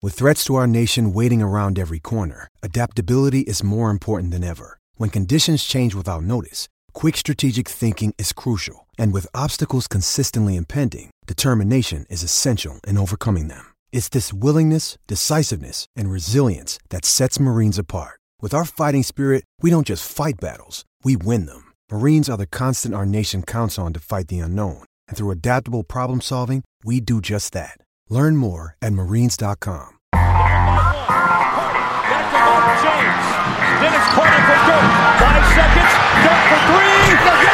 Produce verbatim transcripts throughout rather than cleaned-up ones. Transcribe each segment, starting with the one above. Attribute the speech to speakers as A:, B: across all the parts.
A: With threats to our nation waiting around every corner, adaptability is more important than ever. When conditions change without notice, quick strategic thinking is crucial. And with obstacles consistently impending, determination is essential in overcoming them. It's this willingness, decisiveness, and resilience that sets Marines apart. With our fighting spirit, we don't just fight battles, we win them. Marines are the constant our nation counts on to fight the unknown. And through adaptable problem solving, we do just that. Learn more at marines dot com.
B: That's about James. Then it's Carter for Dirk. Five seconds. Dirk for three.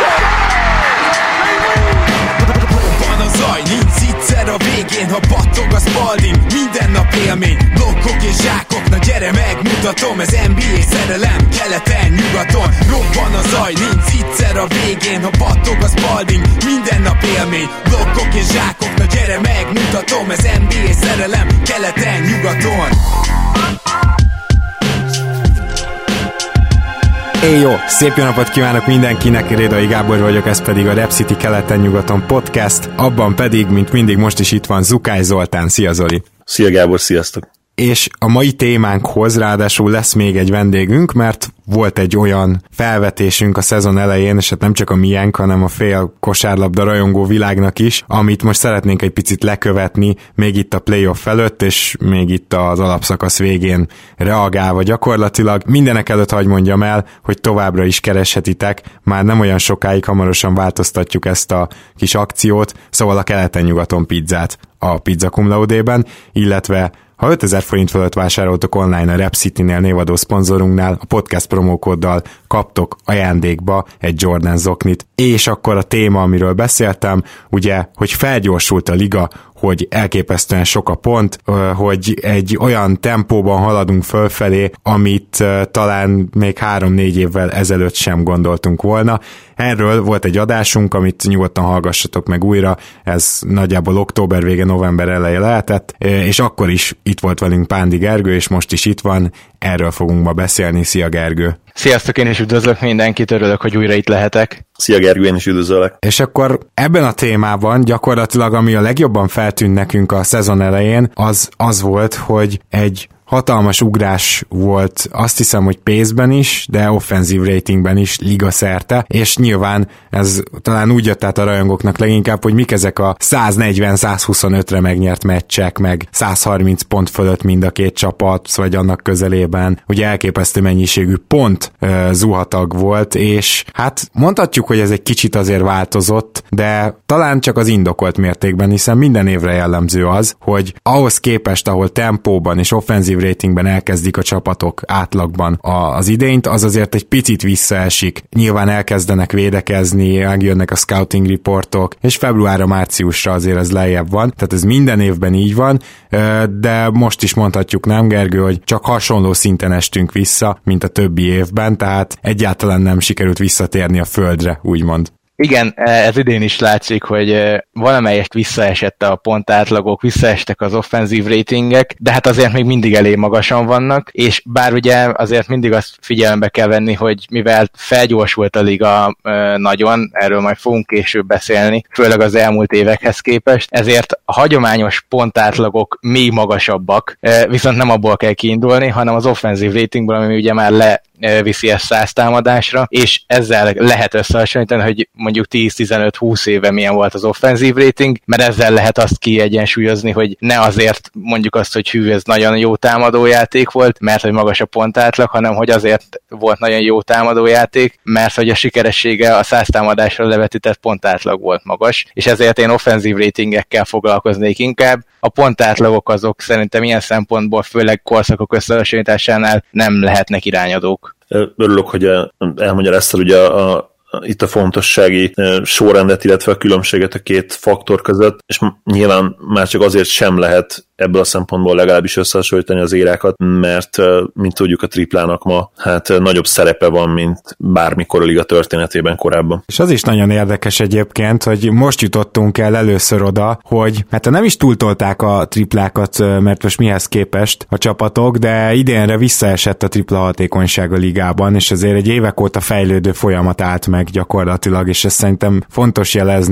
C: Van a zaj, nincs egyszer a végén, ha battog a Spalding. Minden nap élmény, blokkok és zsákok. Na gyere megmutatom, ez en bé á szerelem. Keleten, nyugaton, robban a zaj, nincs egyszer a végén, ha battog a Spalding. Minden nap élmény, blokkok és zsákok. Na gyere megmutatom, ez en bé á szerelem. Keleten, nyugaton.
D: Éj jó! Szép jó napot kívánok mindenkinek, Rédai Gábor vagyok, ez pedig a Rep City keleten-nyugaton podcast, abban pedig, mint mindig most is itt van Zukály Zoltán. Szia Zoli!
E: Szia Gábor, sziasztok!
D: És a mai témánkhoz ráadásul lesz még egy vendégünk, mert volt egy olyan felvetésünk a szezon elején, és hát nem csak a miénk, hanem a fél kosárlabda rajongó világnak is, amit most szeretnénk egy picit lekövetni még itt a playoff előtt, és még itt az alapszakasz végén reagálva gyakorlatilag. Mindenek előtt hadd mondjam el, hogy továbbra is kereshetitek, már nem olyan sokáig, hamarosan változtatjuk ezt a kis akciót, szóval a keleten-nyugaton pizzát a Pizza Cum Laude-ben, illetve ha ötezer forint fölött vásároltok online a Rep City-nél névadó szponzorunknál, a podcast promókóddal kaptok ajándékba egy Jordan zoknit. És akkor a téma, amiről beszéltem, ugye, hogy felgyorsult a liga, hogy elképesztően sok a pont, hogy egy olyan tempóban haladunk fölfelé, amit talán még három-négy évvel ezelőtt sem gondoltunk volna. Erről volt egy adásunk, amit nyugodtan hallgassatok meg újra, ez nagyjából október vége, november eleje lehetett, és akkor is itt volt velünk Pándi Gergő, és most is itt van, erről fogunk ma beszélni. Szia Gergő!
F: Sziasztok, én is üdvözlök mindenkit, örülök, hogy újra itt lehetek.
E: Szia Gergő, én is üdvözöllek.
D: És akkor ebben a témában gyakorlatilag, ami a legjobban feltűnt nekünk a szezon elején, az az volt, hogy egy hatalmas ugrás volt, azt hiszem, hogy pace-ben is, de offenzív ratingben is liga szerte, és nyilván ez talán úgy jött át a rajongóknak leginkább, hogy mik ezek a száznegyven-százhuszonötre megnyert meccsek, meg százharminc pont fölött mind a két csapat, vagy annak közelében, ugye elképesztő mennyiségű pont uh, zuhatag volt, és hát mondhatjuk, hogy ez egy kicsit azért változott, de talán csak az indokolt mértékben, hiszen minden évre jellemző az, hogy ahhoz képest, ahol tempóban és offenzív ratingben elkezdik a csapatok átlagban az idényt, az azért egy picit visszaesik. Nyilván elkezdenek védekezni, megjönnek a scouting reportok, és februárra-márciusra azért ez lejjebb van, tehát ez minden évben így van, de most is mondhatjuk, nem Gergő, hogy csak hasonló szinten estünk vissza, mint a többi évben, tehát egyáltalán nem sikerült visszatérni a földre, úgymond.
F: Igen, ez idén is látszik, hogy valamelyest visszaesett a pontátlagok, visszaestek az offenzív ratingek, de hát azért még mindig elég magasan vannak, és bár ugye azért mindig azt figyelembe kell venni, hogy mivel felgyorsult a liga nagyon, erről majd fogunk később beszélni, főleg az elmúlt évekhez képest, ezért a hagyományos pontátlagok még magasabbak, viszont nem abból kell kiindulni, hanem az offenzív ratingből, ami ugye már le viszi ezt száz támadásra, és ezzel lehet összehasonlítani, hogy mondjuk tíz-tizenöt-húsz éve milyen volt az offenzív rating, mert ezzel lehet azt kiegyensúlyozni, hogy ne azért mondjuk azt, hogy hű, ez nagyon jó támadójáték volt, mert hogy magas a pontátlag, hanem hogy azért volt nagyon jó támadójáték, mert hogy a sikeressége a száz támadásra levetített pontátlag volt magas, és ezért én offenzív ratingekkel foglalkoznék inkább. A pontátlagok azok szerintem ilyen szempontból, főleg korszakok összehasonlításánál nem lehetnek irányadók.
E: Örülök, hogy elmagyaráztad ugye a, a, itt a fontossági sorrendet, illetve a különbséget a két faktor között, és nyilván már csak azért sem lehet ebből a szempontból legalábbis összehasonlítani az érákat, mert mint tudjuk, a triplának ma hát nagyobb szerepe van, mint bármikor a liga történetében korábban.
D: És az is nagyon érdekes egyébként, hogy most jutottunk el először oda, hogy hát nem is túltolták a triplákat, mert most mihez képest a csapatok, de idénre visszaesett a tripla hatékonyság a ligában, és azért egy évek óta fejlődő folyamat állt meg gyakorlatilag, és ezt szerintem fontos jelezni,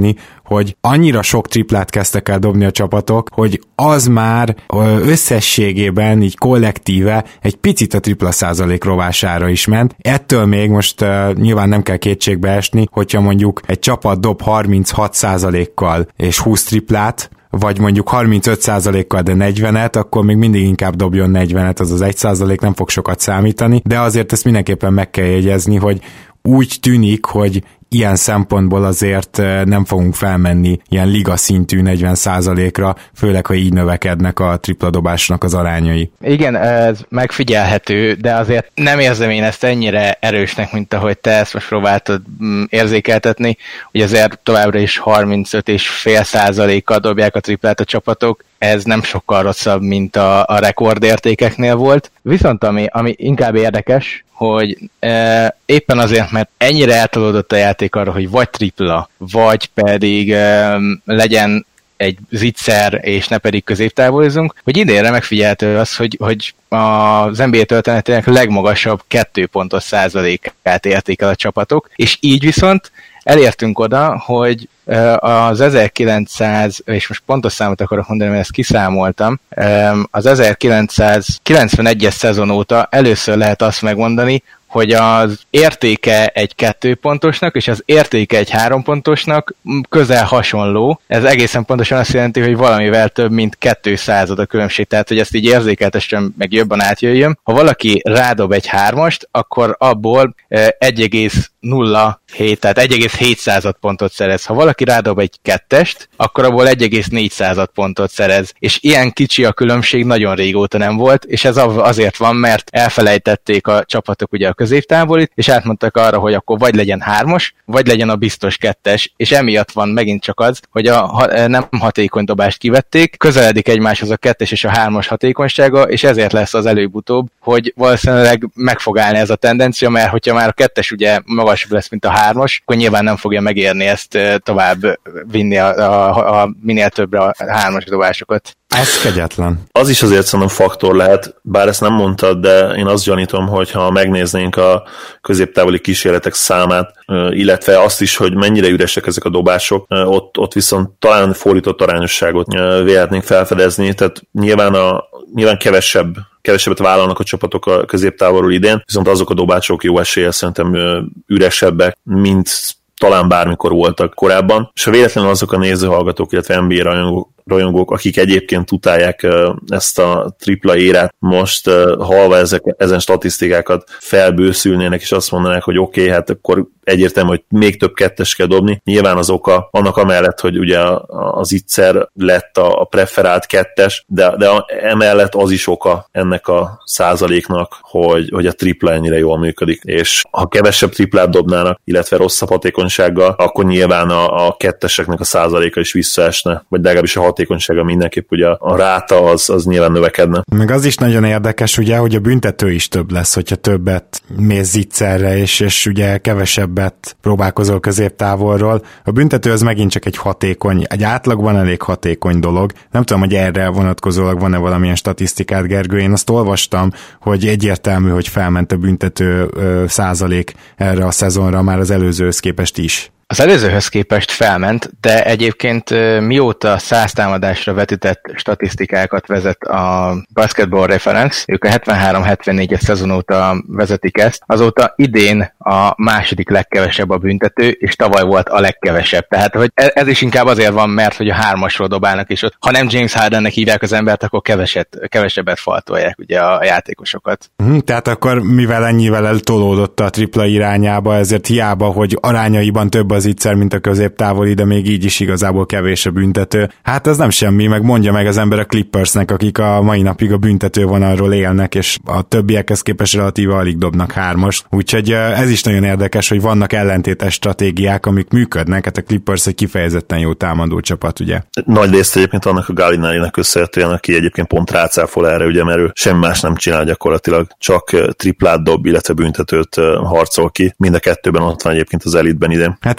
D: hogy annyira sok triplát kezdtek el dobni a csapatok, hogy az már összességében, így kollektíve egy picit a tripla százalék rovására is ment. Ettől még most uh, nyilván nem kell kétségbe esni, hogyha mondjuk egy csapat dob harminchat százalékkal és húsz triplát, vagy mondjuk harmincöt százalékkal, de negyvenet, akkor még mindig inkább dobjon negyvenet, az az egy százalék nem fog sokat számítani, de azért ezt mindenképpen meg kell jegyezni, hogy úgy tűnik, hogy ilyen szempontból azért nem fogunk felmenni ilyen liga szintű negyven százalékra, főleg, ha így növekednek a tripladobásnak az arányai.
F: Igen, ez megfigyelhető, de azért nem érzem én ezt ennyire erősnek, mint ahogy te ezt most próbáltad érzékeltetni, hogy azért továbbra is harmincöt egész öt százalékkal dobják a triplát a csapatok, ez nem sokkal rosszabb, mint a, a rekordértékeknél volt. Viszont ami, ami inkább érdekes, hogy e, éppen azért, mert ennyire eltolódott a játék arra, hogy vagy tripla, vagy pedig e, legyen egy zicser, és ne pedig középtávolizunk, hogy idénre megfigyelhető az, hogy, hogy az en bé á történetének legmagasabb kettő pontos százalékát értékel a csapatok, és így viszont elértünk oda, hogy az ezerkilencszáz, és most pontos számot akarok mondani, mert ezt kiszámoltam, az ezerkilencszázkilencvenegyes szezon óta először lehet azt megmondani, hogy az értéke egy kettőpontosnak és az értéke egy hárompontosnak közel hasonló. Ez egészen pontosan azt jelenti, hogy valamivel több, mint kétszázad a különbség, tehát hogy ezt így érzékeltessen, meg jobban átjöjjön. Ha valaki rádob egy hármast, akkor abból egy egész nulla hét, tehát egy egész hét pontot szerez. Ha valaki rádob egy kettest, akkor abból egy egész négy pontot szerez. És ilyen kicsi a különbség nagyon régóta nem volt, és ez azért van, mert elfelejtették a csapatok ugye a középtávolit, és átmondtak arra, hogy akkor vagy legyen hármas, vagy legyen a biztos kettes, és emiatt van megint csak az, hogy a ha, nem hatékony dobást kivették, közeledik egymáshoz a kettes és a hármas hatékonysága, és ezért lesz az előbb-utóbb, hogy valószínűleg meg fog állni ez a tendencia, mert hogyha már a kettes ugye magasabb lesz, mint a hármas, akkor nyilván nem fogja megérni ezt tovább vinni a, a, a minél többre a hármas dobásokat.
D: Ez kegyetlen.
E: Az is azért szerintem faktor lehet, bár ezt nem mondtad, de én azt gyanítom, hogy ha megnéznénk a középtávoli kísérletek számát, illetve azt is, hogy mennyire üresek ezek a dobások, ott, ott viszont talán fordított arányosságot véletnénk felfedezni, tehát nyilván, a, nyilván kevesebb kevesebbet vállalnak a csapatok a középtávolról idén, viszont azok a dobások jó eséllyel szerintem üresebbek, mint talán bármikor voltak korábban, és ha véletlenül azok a nézőhallgatók, illetve en bé á rajongók, rajongók, akik egyébként utálják ezt a tripla érát, most halva ezek, ezen statisztikákat felbőszülnének, és azt mondanák, hogy oké, okay, hát akkor egyértelmű, hogy még több kettes kell dobni. Nyilván az oka annak amellett, hogy ugye az ittszer lett a preferált kettes, de, de emellett az is oka ennek a százaléknak, hogy, hogy a tripla ennyire jól működik. És ha kevesebb triplát dobnának, illetve rosszabb hatékonysággal, akkor nyilván a, a ketteseknek a százaléka is visszaesne, vagy legalábbis a hatékonysága mindenképp, ugye a ráta az, az nyilván növekedne.
D: Meg az is nagyon érdekes, ugye, hogy a büntető is több lesz, hogyha többet mész zicserre, és, és ugye kevesebb próbálkozol középtávolról. A büntető az megint csak egy hatékony, egy átlagban elég hatékony dolog. Nem tudom, hogy erre vonatkozólag van-e valamilyen statisztikát, Gergő. Én azt olvastam, hogy egyértelmű, hogy felment a büntető ö, százalék erre a szezonra már az előzőhöz képest is.
F: Az előzőhöz képest felment, de egyébként mióta száz támadásra vetített statisztikákat vezet a Basketball Reference, ők a hetvenhárom hetvennégyes szezon óta vezetik ezt, azóta idén a második legkevesebb a büntető, és tavaly volt a legkevesebb. Tehát hogy ez is inkább azért van, mert hogy a hármasról dobálnak, és ott, ha nem James Hardennek hívják az embert, akkor keveset, kevesebbet faltolják ugye a játékosokat.
D: Hmm, tehát akkor mivel ennyivel eltolódott a tripla irányába, ezért hiába, hogy arányaiban több az ittszer, mint a középtávoli, de még így is igazából kevés a büntető. Hát ez nem semmi, meg mondja meg az ember a Clippersnek, akik a mai napig a büntető vonalról élnek, és a többiekhez képest relatíve alig dobnak hármast. Úgyhogy ez is nagyon érdekes, hogy vannak ellentétes stratégiák, amik működnek. Hát a Clippers egy kifejezetten jó támadó csapat, ugye?
E: Nagy részt egyébként annak a Gallinari-nek köszönhetően, aki egyébként pont rácáfol erre, ugye, mert ő semmi más nem csinál gyakorlatilag, csak triplát dob, illetve büntetőt harcol ki. Mind a kettőben ott van egyébként az elitben idén.
D: Hát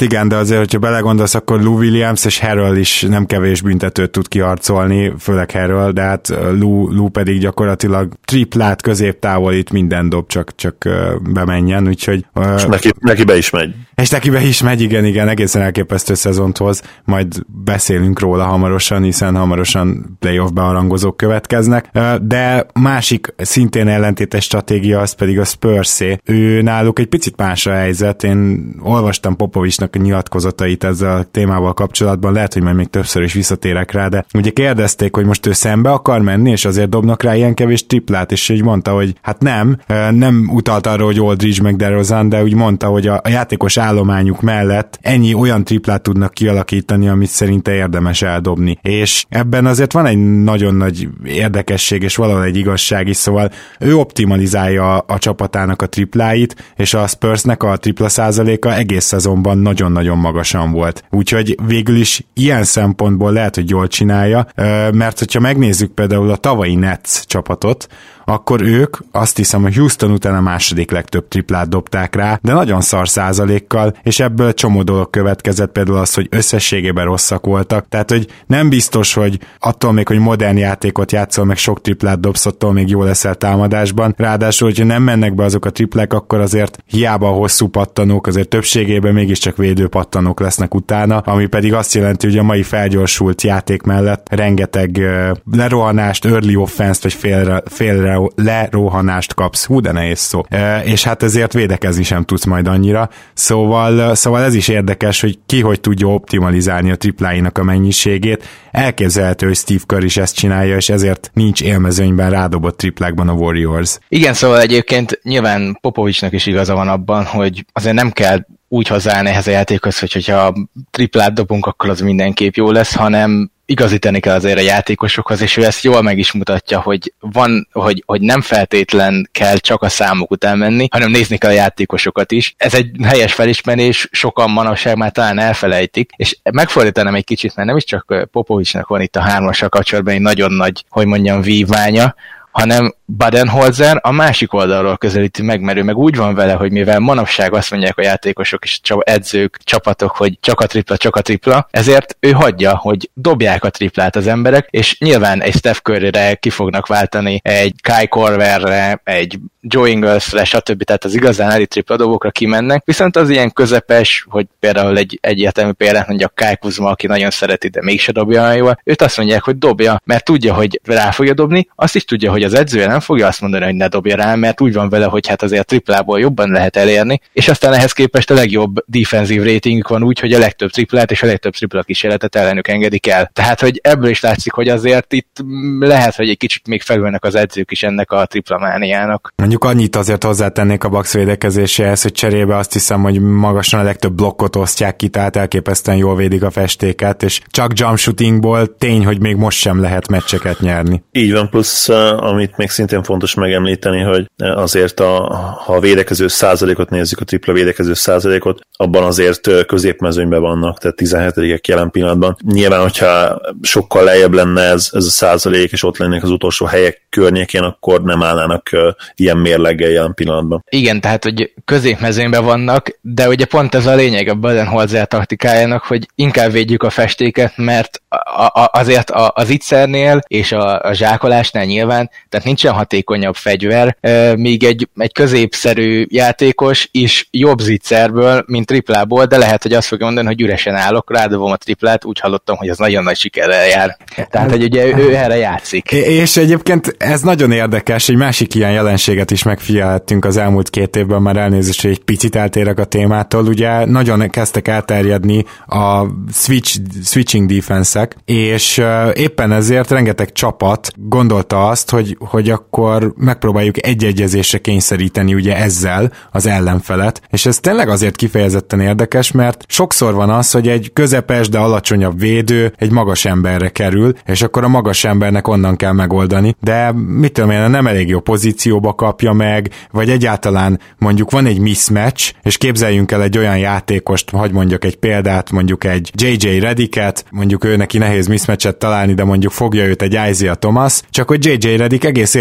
D: igen, de azért, hogyha belegondolsz, akkor Lou Williams és Harrell is nem kevés büntetőt tud kiharcolni, főleg Harrell, de hát Lou, Lou pedig gyakorlatilag triplát középtávolít, minden dob, csak, csak bemenjen, úgyhogy...
E: És neki, neki be is megy.
D: És neki be is megy, igen, igen, egészen elképesztő szezont hoz, majd beszélünk róla hamarosan, hiszen hamarosan playoff bearangozók következnek, de másik szintén ellentétes stratégia az pedig a Spursé. Ő náluk egy picit más a helyzet, én olvastam Popovicsnak a nyilatkozatait ezzel a témával kapcsolatban, lehet, hogy majd még többször is visszatérek rá, de ugye kérdezték, hogy most ő szembe akar menni, és azért dobnak rá ilyen kevés triplát, és így mondta, hogy hát nem, nem utalt arra, hogy Aldridge meg DeRozan, de úgy mondta, hogy a, a játékos állományuk mellett ennyi olyan triplát tudnak kialakítani, amit szerinte érdemes eldobni. És ebben azért van egy nagyon nagy érdekesség, és valahol egy igazság is, szóval ő optimalizálja a, a csapatának a tripláit, és a Spursnek a tripla százaléka egész szezonban nagyon-nagyon magasan volt. Úgyhogy végül is ilyen szempontból lehet, hogy jól csinálja, mert hogyha megnézzük például a tavalyi Nets csapatot, akkor ők azt hiszem, hogy Houston után a második legtöbb triplát dobták rá, de nagyon szar százalékkal, és ebből csomó dolog következett, például az, hogy összességében rosszak voltak, tehát hogy nem biztos, hogy attól még, hogy modern játékot játszol, meg sok triplát dobsz, attól még jó leszel támadásban, ráadásul, hogyha nem mennek be azok a triplák, akkor azért hiába a hosszú pattanók, azért többségében mégiscsak védő pattanók lesznek utána, ami pedig azt jelenti, hogy a mai felgyorsult játék mellett rengeteg uh, lerohanást, early offense-t, vagy félre, félre lerohanást kapsz. Hú, de nehéz szó. E, és hát ezért védekezni sem tudsz majd annyira. Szóval, szóval ez is érdekes, hogy ki hogy tudja optimalizálni a tripláinak a mennyiségét. Elképzelhető, hogy Steve Kerr is ezt csinálja, és ezért nincs élmezőnyben rádobott triplákban a Warriors.
F: Igen, szóval egyébként nyilván Popovicsnak is igaza van abban, hogy azért nem kell úgy hozzáállni ehhez a játékhoz, hogy hogyha triplát dobunk, akkor az mindenképp jó lesz, hanem igazítani kell azért a játékosokhoz, és ő ezt jól meg is mutatja, hogy van, hogy, hogy nem feltétlen kell csak a számok után menni, hanem nézni kell a játékosokat is. Ez egy helyes felismerés, sokan manapság már talán elfelejtik, és megfordítanám egy kicsit, mert nem is csak Popovicsnak van itt a hármassal kapcsolatban egy nagyon nagy, hogy mondjam, vívmánya, hanem Budenholzer a másik oldalról közelíti meg, mert ő meg úgy van vele, hogy mivel manapság azt mondják a játékosok és edzők, csapatok, hogy csak a tripla, csak a tripla, ezért ő hagyja, hogy dobják a triplát az emberek, és nyilván egy Steph Curryre ki fognak váltani, egy Kai Korverre, egy Joe Inglesre, stb. Tehát az igazán elit tripla dobókra kimennek, viszont az ilyen közepes, hogy például egy egyértelmű példát mondja Kai Kuzma, aki nagyon szereti, de mégse dobja olyan jól, őt azt mondják, hogy dobja, mert tudja, hogy rá fogja dobni, azt is tudja, hogy az edzője nem fogja azt mondani, hogy ne dobja rá, mert úgy van vele, hogy hát azért a triplából jobban lehet elérni, és aztán ehhez képest a legjobb defensív ratingük van úgy, hogy a legtöbb triplát és a legtöbb tripla kísérletet ellenük engedik el. Tehát, hogy ebből is látszik, hogy azért itt lehet, hogy egy kicsit még felülnek az edzők is ennek a triplamániának.
D: Mondjuk annyit azért hozzátennék a Bucks védekezéséhez, hogy cserébe azt hiszem, hogy magasan a legtöbb blokkot osztják ki, tehát elképesztően jól védik a festéket, és csak jump shootingból tény, hogy még most sem lehet meccseket nyerni.
E: Így van, plusz amit még szintén fontos megemlíteni, hogy azért a, ha a védekező százalékot nézzük, a tripla védekező százalékot, abban azért középmezőnyben vannak, tehát tizenhetedikek jelen pillanatban. Nyilván, hogyha sokkal lejjebb lenne ez, ez a százalék, és ott lennék az utolsó helyek környékén, akkor nem állnának ilyen mérleggel jelen pillanatban.
F: Igen, tehát, hogy középmezőnyben vannak, de ugye pont ez a lényeg a Budenholzer taktikájának, hogy inkább védjük a festéket, mert a, a, azért a, az ittszernél és a, a zsákolásnál nyilván, tehát nincsen hatékonyabb fegyver, míg egy, egy középszerű játékos is jobb zicserből, mint triplából, de lehet, hogy azt fogja mondani, hogy üresen állok, rádobom a triplát, úgy hallottam, hogy az nagyon nagy sikerrel jár. Tehát, hogy ugye ő, ő erre játszik.
D: És egyébként ez nagyon érdekes, egy másik ilyen jelenséget is megfigyelhettünk az elmúlt két évben, már elnézést, hogy egy picit eltérek a témától, ugye nagyon kezdtek elterjedni a switch, switching defense-ek, és éppen ezért rengeteg csapat gondolta azt, hogy, hogy akkor megpróbáljuk egy-egyezésre kényszeríteni ugye ezzel az ellenfelet, és ez tényleg azért kifejezetten érdekes, mert sokszor van az, hogy egy közepes, de alacsonyabb védő egy magas emberre kerül, és akkor a magas embernek onnan kell megoldani, de mit tudom én, nem elég jó pozícióba kapja meg, vagy egyáltalán mondjuk van egy mismatch, és képzeljünk el egy olyan játékost, hagy mondjak egy példát, mondjuk egy jé jé Redicket, mondjuk ő neki nehéz mismatchet találni, de mondjuk fogja őt egy Isaiah Thomas, csak hogy jé jé Redick egész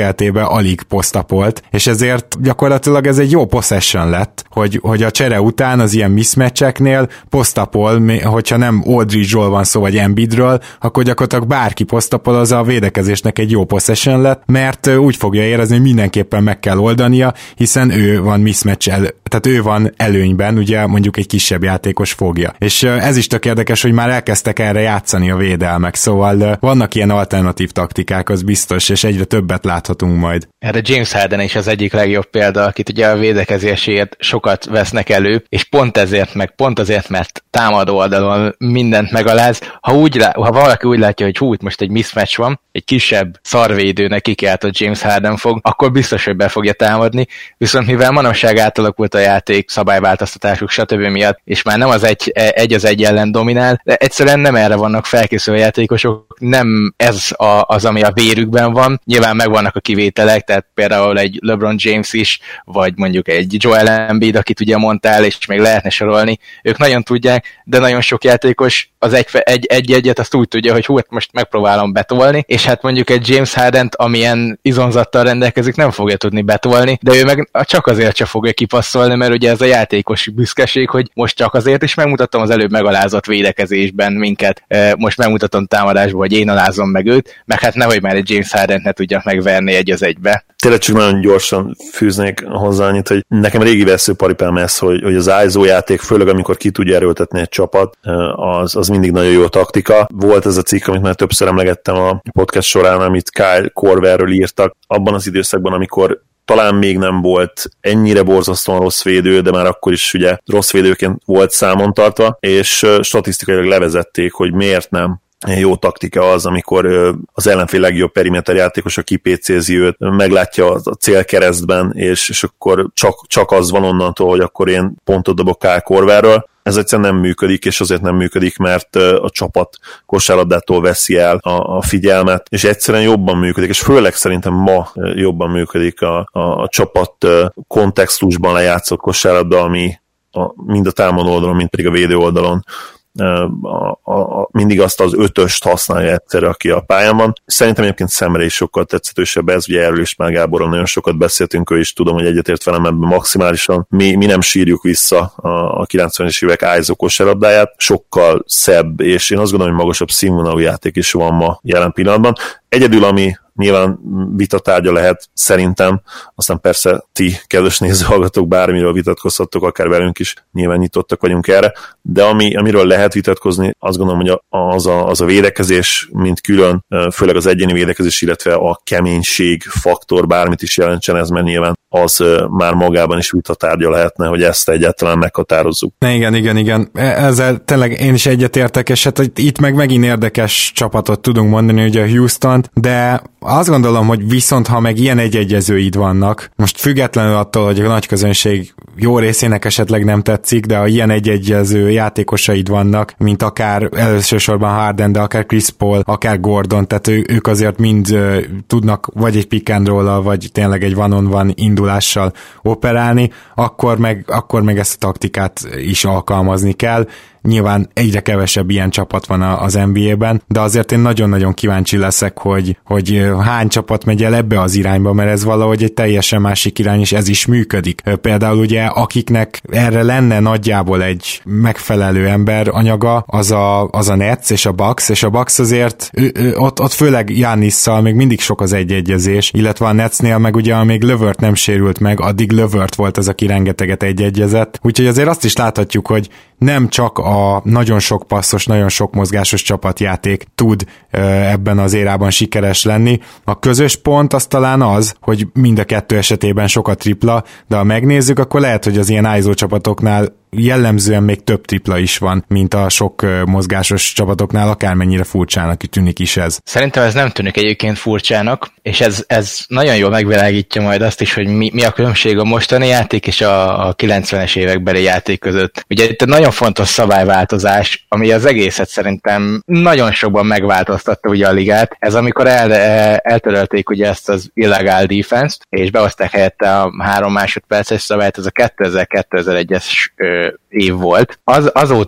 D: történetébe alig posztapolt, és ezért gyakorlatilag ez egy jó possession lett, hogy, hogy a csere után az ilyen mismatcheknél posztapol, hogyha nem Aldridge-ról van szó, vagy Embiidről, akkor gyakorlatilag bárki posztapol, az a védekezésnek egy jó possession lett, mert úgy fogja érezni, hogy mindenképpen meg kell oldania, hiszen ő van mismatch el, tehát ő van előnyben, ugye mondjuk egy kisebb játékos fogja. És ez is tök érdekes, hogy már elkezdtek erre játszani a védelmek, szóval vannak ilyen alternatív taktikák, az biztos, és egyre többet láthatunk majd.
F: Erre James Harden is az egyik legjobb példa, akit ugye a védekezéséért sokat vesznek elő, és pont ezért, meg pont azért, mert támadó oldalon mindent megaláz. Ha, úgy, ha valaki úgy látja, hogy hú, itt most egy mismatch van, egy kisebb szarvédőnek kikiáltott James Harden fog, akkor biztos, hogy be fogja támadni, viszont mivel manapság átalakult a játék, szabályváltoztatásuk, stb. Miatt, és már nem az egy, egy az egy ellen dominál, de egyszerűen nem erre vannak felkészülő játékosok, nem ez a, az, ami a vérükben van. Nyilván megvannak a kivételek, tehát például egy LeBron James is, vagy mondjuk egy Joel Embiid, akit ugye mondtál, és még lehetne sorolni, ők nagyon tudják, de nagyon sok játékos az egy-egyet egy, azt úgy tudja, hogy hú, hát most megpróbálom betolni, és hát mondjuk egy James Hardent, amilyen izonzattal rendelkezik, nem fogja tudni betolni, de ő meg csak azért sem fogja kipasszolni, mert ugye ez a játékos büszkeség, hogy most csak azért is megmutatom az előbb megalázott védekezésben minket, most megmutatom támadásban, hogy én alázom meg őt, meg hát nehogy már egy James Hardent ne tudjak megverni egy az egybe.
E: Tényleg csak nagyon gyorsan fűznék hozzá annyit, hogy nekem régi veszőparipám ez, hogy, hogy az i es o játék, főleg amikor ki tudja erőltetni egy csapat, az, az mindig nagyon jó taktika. Volt ez a cikk, amit már többször emlegettem a podcast során, amit Kyle Korverről írtak, abban az időszakban, amikor talán még nem volt ennyire borzasztóan rossz védő, de már akkor is ugye rossz védőként volt számon tartva, és statisztikailag levezették, hogy miért nem jó taktika az, amikor az ellenfél legjobb periméter játékosa kipécézi őt, meglátja a célkeresztben, és, és akkor csak, csak az van onnantól, hogy akkor én pontot dobok Kyle Korverről. Ez egyszerűen nem működik, és azért nem működik, mert a csapat kosárlabdától veszi el a, a figyelmet, és egyszerűen jobban működik, és főleg szerintem ma jobban működik a, a, a csapat kontextusban lejátszott kosárlabda, ami a, mind a támadó oldalon, mind pedig a védő oldalon A, a, a, mindig azt az ötöst használja egyszerre, aki a pályán van. Szerintem egyébként szemre is sokkal tetszetősebb ez, ugye erről is már Gáborral nagyon sokat beszéltünk, ő is tudom, hogy egyetért velem ebben maximálisan. Mi, mi nem sírjuk vissza a, a kilencvenes évek i es o kosárlabdáját, sokkal szebb, és én azt gondolom, hogy magasabb színvonalú játék is van ma jelen pillanatban. Egyedül, ami nyilván vitatárgya lehet szerintem, aztán persze ti, kedves nézőhallgatók, bármiről vitatkozhattok, akár velünk is, nyilván nyitottak vagyunk erre, de ami, amiről lehet vitatkozni, azt gondolom, hogy az a, az a védekezés, mint külön, főleg az egyéni védekezés, illetve a keménység faktor, bármit is jelentsen ez, mert nyilván az már magában is vitatárgya lehetne, hogy ezt egyáltalán meghatározzuk.
D: Ne, igen, igen, igen. Ezzel tényleg én is egyetértek, és hát itt meg megint érdekes csapatot tudunk mondani, ugye a Houstont, de azt gondolom, hogy viszont ha meg ilyen egyegyezőid vannak, most függetlenül attól, hogy a nagy közönség jó részének esetleg nem tetszik, de ha ilyen egyegyező játékosaid vannak, mint akár elsősorban Harden, de akár Chris Paul, akár Gordon, tehát ő, ők azért mind uh, tudnak vagy egy pick and roll-al, vagy tényleg egy one-on-one indulással operálni, akkor meg, akkor meg ezt a taktikát is alkalmazni kell. Nyilván egyre kevesebb ilyen csapat van az en bé á-ben, de azért én nagyon-nagyon kíváncsi leszek, hogy, hogy hány csapat megy el ebbe az irányba, mert ez valahogy egy teljesen másik irány, és ez is működik. Például ugye, akiknek erre lenne nagyjából egy megfelelő ember anyaga, az a, az a Nets és a Bucks, és a Bucks azért ő, ő, ott, ott főleg Giannisszal még mindig sok az egyegyezés, illetve a Netsnél meg ugye, amíg Levert nem sérült meg, addig Levert volt az, aki rengeteget egyegyezett. Úgyhogy azért azt is láthatjuk, hogy nem csak a nagyon sok passzos, nagyon sok mozgásos csapatjáték tud ebben az érában sikeres lenni. A közös pont az talán az, hogy mind a kettő esetében sok a tripla, de ha megnézzük, akkor lehet, hogy az ilyen i es o csapatoknál jellemzően még több tripla is van, mint a sok mozgásos csapatoknál, akármennyire furcsának tűnik is ez.
F: Szerintem ez nem tűnik egyébként furcsának, és ez, ez nagyon jól megvilágítja majd azt is, hogy mi, mi a különbség a mostani játék és a, a kilencvenes évekbeli játék között. Ugye itt egy nagyon fontos szabályváltozás, ami az egészet szerintem nagyon sokban megváltoztatta ugye a ligát. Ez amikor el, eltörölték ugye ezt az illegal defense-t, és behozták helyette a három másodperces szabályt, ez a kétezer-kétezer-egyes év volt. Az, azóta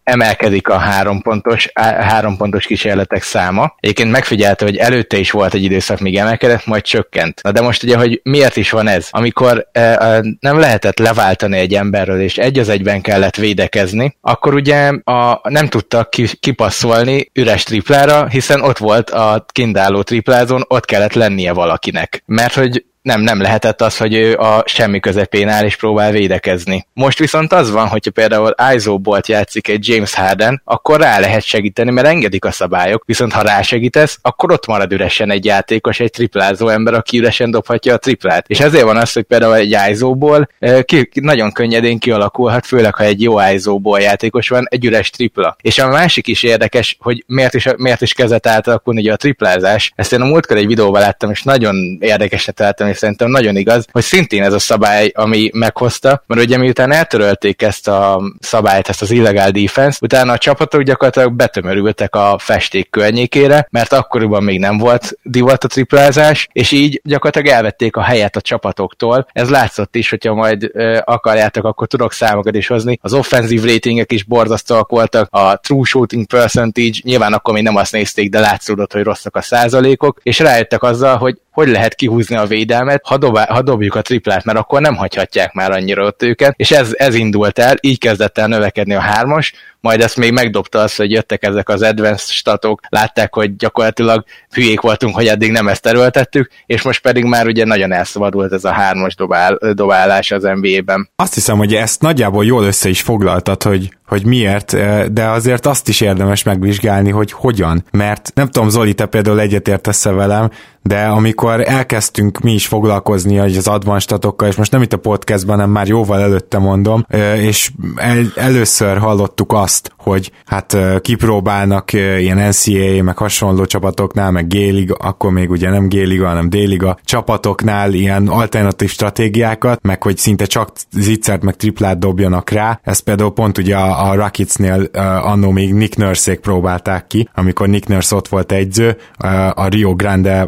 F: emelkedik a három pontos, három pontos kísérletek száma. Egyébként megfigyelte, hogy előtte is volt egy időszak, míg emelkedett, majd csökkent. Na de most ugye, hogy miért is van ez? Amikor e, nem lehetett leváltani egy emberről, és egy az egyben kellett védekezni, akkor ugye a, nem tudtak ki, kipasszolni üres triplára, hiszen ott volt a kindáló triplázón, ott kellett lennie valakinek. Mert hogy nem, nem lehetett az, hogy ő a semmi közepén áll és próbál védekezni. Most viszont az van, hogyha például i es o bolt játszik egy James Harden, akkor rá lehet segíteni, mert engedik a szabályok, viszont ha rásegítesz, akkor ott marad üresen egy játékos, egy triplázó ember, aki üresen dobhatja a triplát. És ezért van az, hogy például egy i es o-ból ki, nagyon könnyedén kialakulhat, főleg ha egy jó i es o-ból játékos van, egy üres tripla. És a másik is érdekes, hogy miért is, miért is kezdett átalakulni ugye a triplázás. Ezt én a múltkor egy videóban láttam, és nagyon érdekesnek találtam, és szerintem nagyon igaz, hogy szintén ez a szabály, ami meghozta, mert ugye miután eltörölték ezt a szabályt, ezt az illegal defense, utána a csapatok gyakorlatilag betömörültek a festék környékére, mert akkoriban még nem volt divat a triplázás, és így gyakorlatilag elvették a helyet a csapatoktól. Ez látszott is, hogyha majd ö, akarjátok, akkor tudok számokat is hozni. Az offensive ratingek is borzasztóak voltak, a true shooting percentage, nyilván akkor még nem azt nézték, de látszódott, hogy rosszak a százalékok, és rájöttek azzal, hogy hogy lehet kihúzni a védelmet, ha, dobá, ha dobjuk a triplát, mert akkor nem hagyhatják már annyira ott őket, és ez, ez indult el, így kezdett el növekedni a hármas, majd ezt még megdobta az, hogy jöttek ezek az advanced statok, látták, hogy gyakorlatilag hülyék voltunk, hogy eddig nem ezt erőltettük, és most pedig már ugye nagyon elszabadult ez a hármas dobál, dobálás az en bé á-ben.
D: Azt hiszem, hogy ezt nagyjából jól össze is foglaltad, hogy, hogy miért, de azért azt is érdemes megvizsgálni, hogy hogyan, mert nem tudom, Zoli, te például egyetértesz-e velem, de amikor elkezdtünk mi is foglalkozni az advanced statokkal, és most nem itt a podcastban, hanem már jóval előtte mondom, és el, először hallottuk azt, hogy hát kipróbálnak ilyen en cé á á, meg hasonló csapatoknál, meg G-liga, akkor még ugye nem G-liga, hanem D-liga csapatoknál ilyen alternatív stratégiákat, meg hogy szinte csak zicsert, meg triplát dobjanak rá. Ez például pont ugye a, a Rocketsnél annó még Nick Nurse-ék próbálták ki, amikor Nick Nurse ott volt egyző, a Rio Grande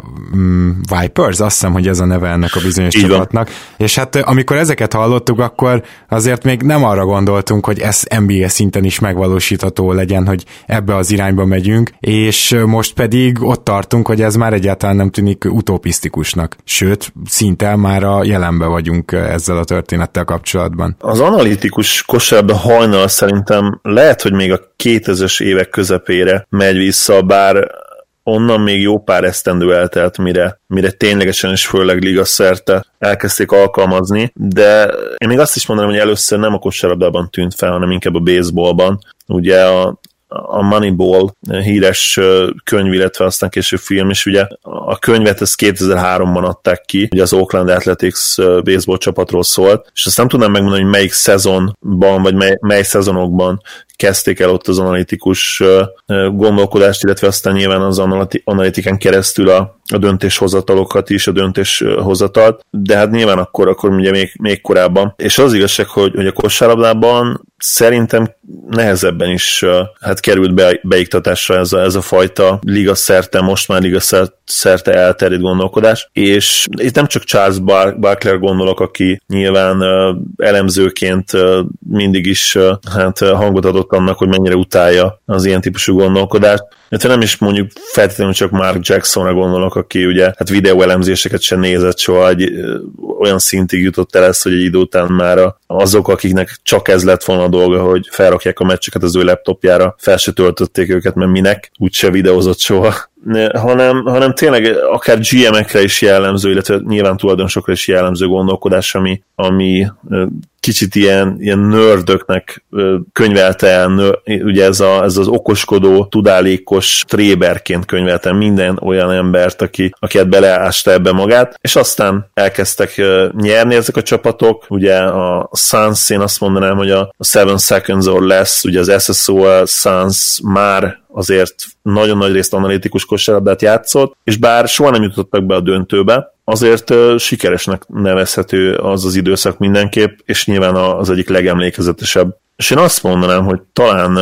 D: Vipers, azt hiszem, hogy ez a neve ennek a bizonyos így csapatnak. Van. És hát amikor ezeket hallottuk, akkor azért még nem arra gondoltunk, hogy ez en bé á szinten is megvalósítható legyen, hogy ebbe az irányba megyünk, és most pedig ott tartunk, hogy ez már egyáltalán nem tűnik utopisztikusnak. Sőt, szinte már a jelenbe vagyunk ezzel a történettel kapcsolatban.
E: Az analitikus kosárlabda hajnal szerintem lehet, hogy még a kétezres évek közepére megy vissza, bár onnan még jó pár esztendő eltelt, mire, mire ténylegesen és főleg liga szerte elkezdték alkalmazni, de én még azt is mondanám, hogy először nem a kosárlabdában tűnt fel, hanem inkább a baseballban. Ugye a a Moneyball híres könyv, illetve aztán később film is, ugye a könyvet ezt kétezer-háromban adták ki, ugye az Oakland Athletics baseball csapatról szólt, és azt nem tudnám megmondani, hogy melyik szezonban, vagy mely, mely szezonokban kezdték el ott az analitikus gondolkodást, illetve aztán nyilván az analitikán keresztül a, a döntéshozatalokat is, a döntéshozatalt, de hát nyilván akkor, akkor ugye még, még korábban. És az igazság, hogy, hogy a kosárlabdában szerintem nehezebben is hát került be, beiktatásra ez a, ez a fajta liga szerte, most már liga szerte elterjedt gondolkodás, és itt nem csak Charles Bar- Barkley gondolok, aki nyilván uh, elemzőként uh, mindig is uh, hát uh, hangot adott annak, hogy mennyire utálja az ilyen típusú gondolkodást, illetve nem is mondjuk feltétlenül csak Mark Jacksonra gondolok, aki ugye hát videóelemzéseket sem nézett soha, egy, uh, olyan szintig jutott el ezt, hogy egy idő után már azok, akiknek csak ez lett volna a dolga, hogy felrakják a meccseket az ő laptopjára, fel se töltötték őket, mert minek, úgyse videózott soha, hanem, hanem tényleg akár gé em-ekre is jellemző, illetve nyilván tulajdonosokra is jellemző gondolkodás, ami, ami kicsit ilyen, ilyen nördöknek könyvelte el, ugye ez, a, ez az okoskodó, tudálékos tréberként könyvelte minden olyan embert, aki, aki hát beleásta ebbe magát, és aztán elkezdtek nyerni ezek a csapatok, ugye a Suns, én azt mondanám, hogy a Seven Seconds or Less, ugye az es es o Suns már azért nagyon nagy részt analitikus kosárlabdát játszott, és bár soha nem jutottak be a döntőbe, azért uh, sikeresnek nevezhető az az időszak mindenképp, és nyilván az egyik legemlékezetesebb. És én azt mondanám, hogy talán uh,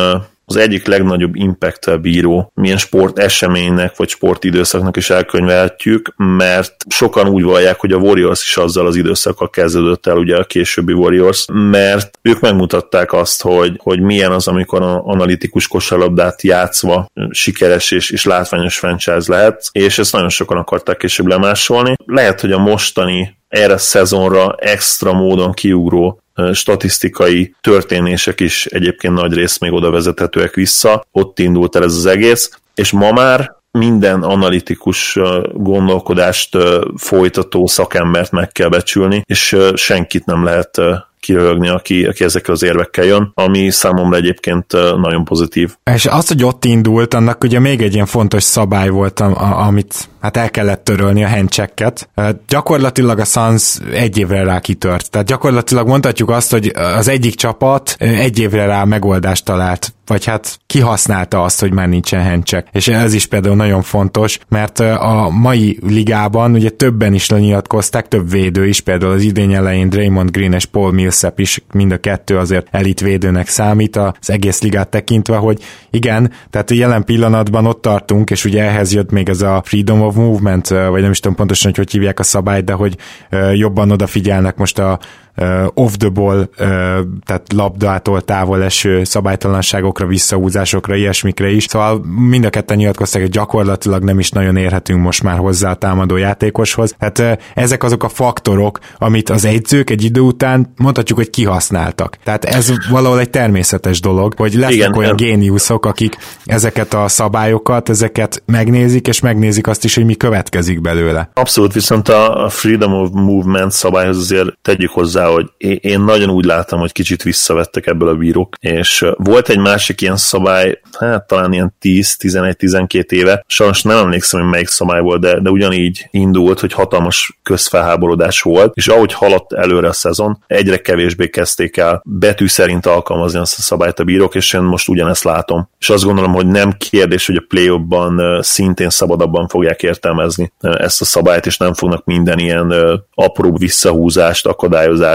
E: az egyik legnagyobb impact-tel bíró, milyen sport eseménynek vagy sportidőszaknak is elkönyvelhetjük, mert sokan úgy vallják, hogy a Warriors is azzal az időszakkal kezdődött el, ugye a későbbi Warriors, mert ők megmutatták azt, hogy, hogy milyen az, amikor a analitikus kosárlabdát játszva sikeres és, és látványos franchise lehet, és ezt nagyon sokan akarták később lemásolni. Lehet, hogy a mostani erre a szezonra extra módon kiugró statisztikai történések is egyébként nagy rész még oda vezethetőek vissza, ott indult el ez az egész, és ma már minden analitikus gondolkodást folytató szakembert meg kell becsülni, és senkit nem lehet kiröhögni, aki, aki ezekkel az érvekkel jön, ami számomra egyébként nagyon pozitív.
D: És az, hogy ott indult, annak ugye még egy ilyen fontos szabály volt, amit hát el kellett törölni, a handchecket. Gyakorlatilag a Suns egy évre rá kitört. Tehát gyakorlatilag mondhatjuk azt, hogy az egyik csapat egy évre rá megoldást talált, vagy hát kihasználta azt, hogy már nincsen handcheck. És ez is például nagyon fontos, mert a mai ligában ugye többen is lenyilatkozták, több védő is, például az idény elején Draymond Green és Paul Millsap is, mind a kettő azért elitvédőnek számít az egész ligát tekintve, hogy igen, tehát jelen pillanatban ott tartunk, és ugye ehhez jött még ez a Freedom of Movement, vagy nem is tudom pontosan, hogy hogy hívják a szabályt, de hogy jobban odafigyelnek most a Uh, off the ball, uh, tehát labdától távol eső szabálytalanságokra, visszahúzásokra, ilyesmikre is. Szóval mind a ketten nyilatkozták, hogy gyakorlatilag nem is nagyon érhetünk most már hozzá a támadó játékoshoz. Hát uh, ezek azok a faktorok, amit az edzők egy idő után mondhatjuk, hogy kihasználtak. Tehát ez valahol egy természetes dolog, hogy lesznek igen, olyan igen. géniuszok, akik ezeket a szabályokat, ezeket megnézik, és megnézik azt is, hogy mi következik belőle.
E: Abszolút, viszont a Freedom of Movement szabályhoz azért tegyük hozzá, hogy én nagyon úgy látom, hogy kicsit visszavettek ebből a bírók, és volt egy másik ilyen szabály, hát talán ilyen tíz, tizenegy, tizenkét éve, sajnos nem emlékszem, hogy melyik szabály volt, de, de ugyanígy indult, hogy hatalmas közfelháborodás volt, és ahogy haladt előre a szezon, egyre kevésbé kezdték el betű szerint alkalmazni azt a szabályt a bírók, és én most ugyanezt látom. És azt gondolom, hogy nem kérdés, hogy a play-offban szintén szabadabban fogják értelmezni ezt a szabályt, és nem fognak minden ilyen apróbb visszahúzást, akadályozást,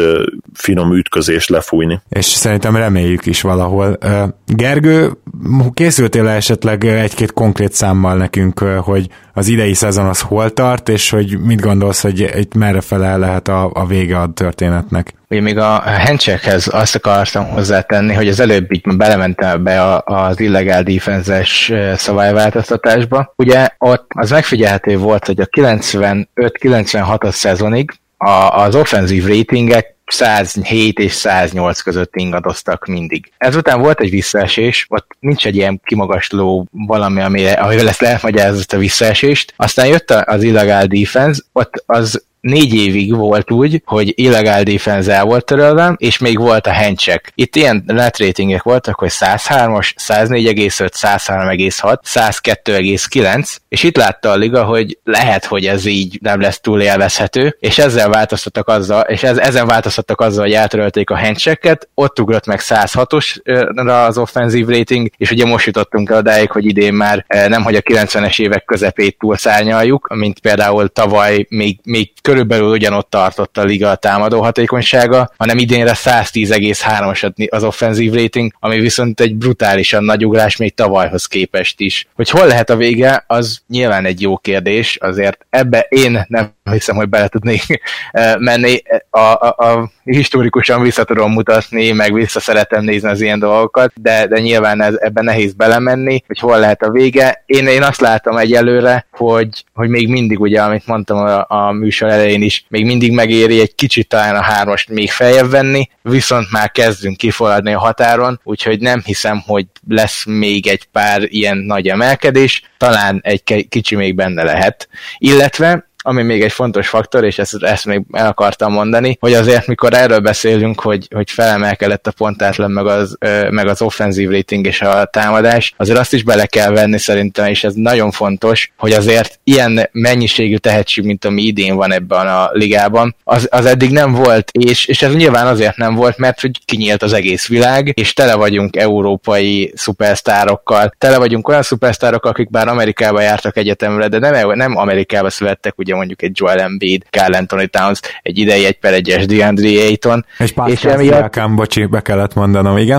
E: finom ütközést lefújni.
D: És szerintem reméljük is valahol. Gergő, készültél esetleg egy-két konkrét számmal nekünk, hogy az idei szezon az hol tart, és hogy mit gondolsz, hogy itt merre fele lehet a, a vége a történetnek?
F: Ugye még a handcheckhez azt akartam hozzátenni, hogy az előbb így belementem be a, az illegál defense-es szabályváltoztatásba. Ugye ott az megfigyelhető volt, hogy a kilencvenöt kilencvenhatos szezonig a, az offenzív ratingek száz hét és száz nyolc között ingadoztak mindig. Ezután volt egy visszaesés, ott nincs egy ilyen kimagasló valami, amire, amivel ezt lehet magyarázni ezt a visszaesést. Aztán jött az illegál defense, ott az négy évig volt úgy, hogy illegál defense el volt törölve, és még volt a handcheck. Itt ilyen net ratingek voltak, hogy száz hármas, száz négy egész öt, száz három egész hat, száz kettő egész kilenc, és itt látta a liga, hogy lehet, hogy ez így nem lesz túl élvezhető, és ezzel változtattak azzal, és ez, ezen változtattak azzal, hogy eltörölték a handchecket, ott ugrott meg száz hatosra az offensive rating, és ugye most jutottunk el odáig, hogy idén már nem, hogy a kilencvenes évek közepét túlszárnyaljuk, mint például tavaly még, még körülbelül ugyanott tartott a liga a támadó hatékonysága, hanem idénre száz tíz egész három az offensive rating, ami viszont egy brutálisan nagy ugrás még tavalyhoz képest is. Hogy hol lehet a vége, az nyilván egy jó kérdés, azért ebbe én nem hiszem, hogy bele tudnék menni. A, a, a historikusan vissza tudom mutatni, meg vissza szeretem nézni az ilyen dolgokat, de, de nyilván ez, ebben nehéz belemenni, hogy hol lehet a vége. Én, én azt látom egyelőre, hogy, hogy még mindig, ugye, amit mondtam a, a műsor elején is, még mindig megéri egy kicsit talán a hármast még feljebb venni, viszont már kezdünk kiforradni a határon, úgyhogy nem hiszem, hogy lesz még egy pár ilyen nagy emelkedés, talán egy kicsi még benne lehet. Illetve ami még egy fontos faktor, és ezt, ezt még el akartam mondani, hogy azért, mikor erről beszélünk, hogy, hogy felemelkedett a pontátlan, meg az, meg az offensive rating és a támadás, azért azt is bele kell venni szerintem, és ez nagyon fontos, hogy azért ilyen mennyiségű tehetség, mint ami idén van ebben a ligában, az, az eddig nem volt, és, és ez nyilván azért nem volt, mert hogy kinyílt az egész világ, és tele vagyunk európai szupersztárokkal, tele vagyunk olyan szupersztárokkal, akik bár Amerikába jártak egyetemre, de nem, nem Amerikába születtek, ugye mondjuk egy Joel Embiid, Karl Anthony Towns, egy idei egy per egyes DeAndre Ayton.
D: És Pascal Siakam, bocsi, be kellett mondanom, igen.